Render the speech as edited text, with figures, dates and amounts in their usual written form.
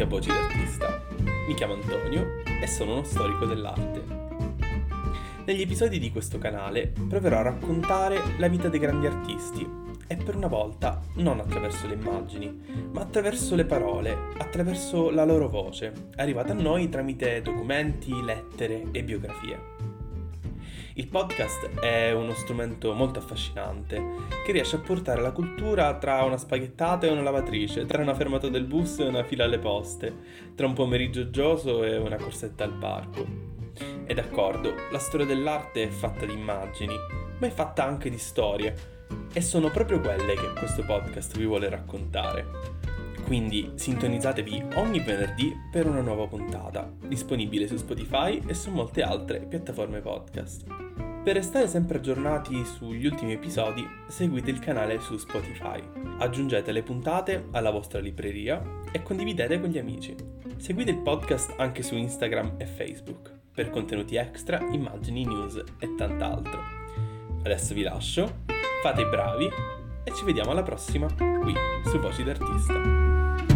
Voci d'Artista. Mi chiamo Antonio e sono uno storico dell'arte. Negli episodi di questo canale proverò a raccontare la vita dei grandi artisti e per una volta non attraverso le immagini, ma attraverso le parole, attraverso la loro voce, arrivata a noi tramite documenti, lettere e biografie. Il podcast è uno strumento molto affascinante che riesce a portare la cultura tra una spaghettata e una lavatrice, tra una fermata del bus e una fila alle poste, tra un pomeriggio gioioso e una corsetta al parco. E d'accordo, la storia dell'arte è fatta di immagini, ma è fatta anche di storie, e sono proprio quelle che questo podcast vi vuole raccontare. Quindi sintonizzatevi ogni venerdì per una nuova puntata, disponibile su Spotify e su molte altre piattaforme podcast. Per restare sempre aggiornati sugli ultimi episodi, seguite il canale su Spotify, aggiungete le puntate alla vostra libreria e condividete con gli amici. Seguite il podcast anche su Instagram e Facebook, per contenuti extra, immagini, news e tant'altro. Adesso vi lascio, fate i bravi e ci vediamo alla prossima, qui su Voci d'Artista.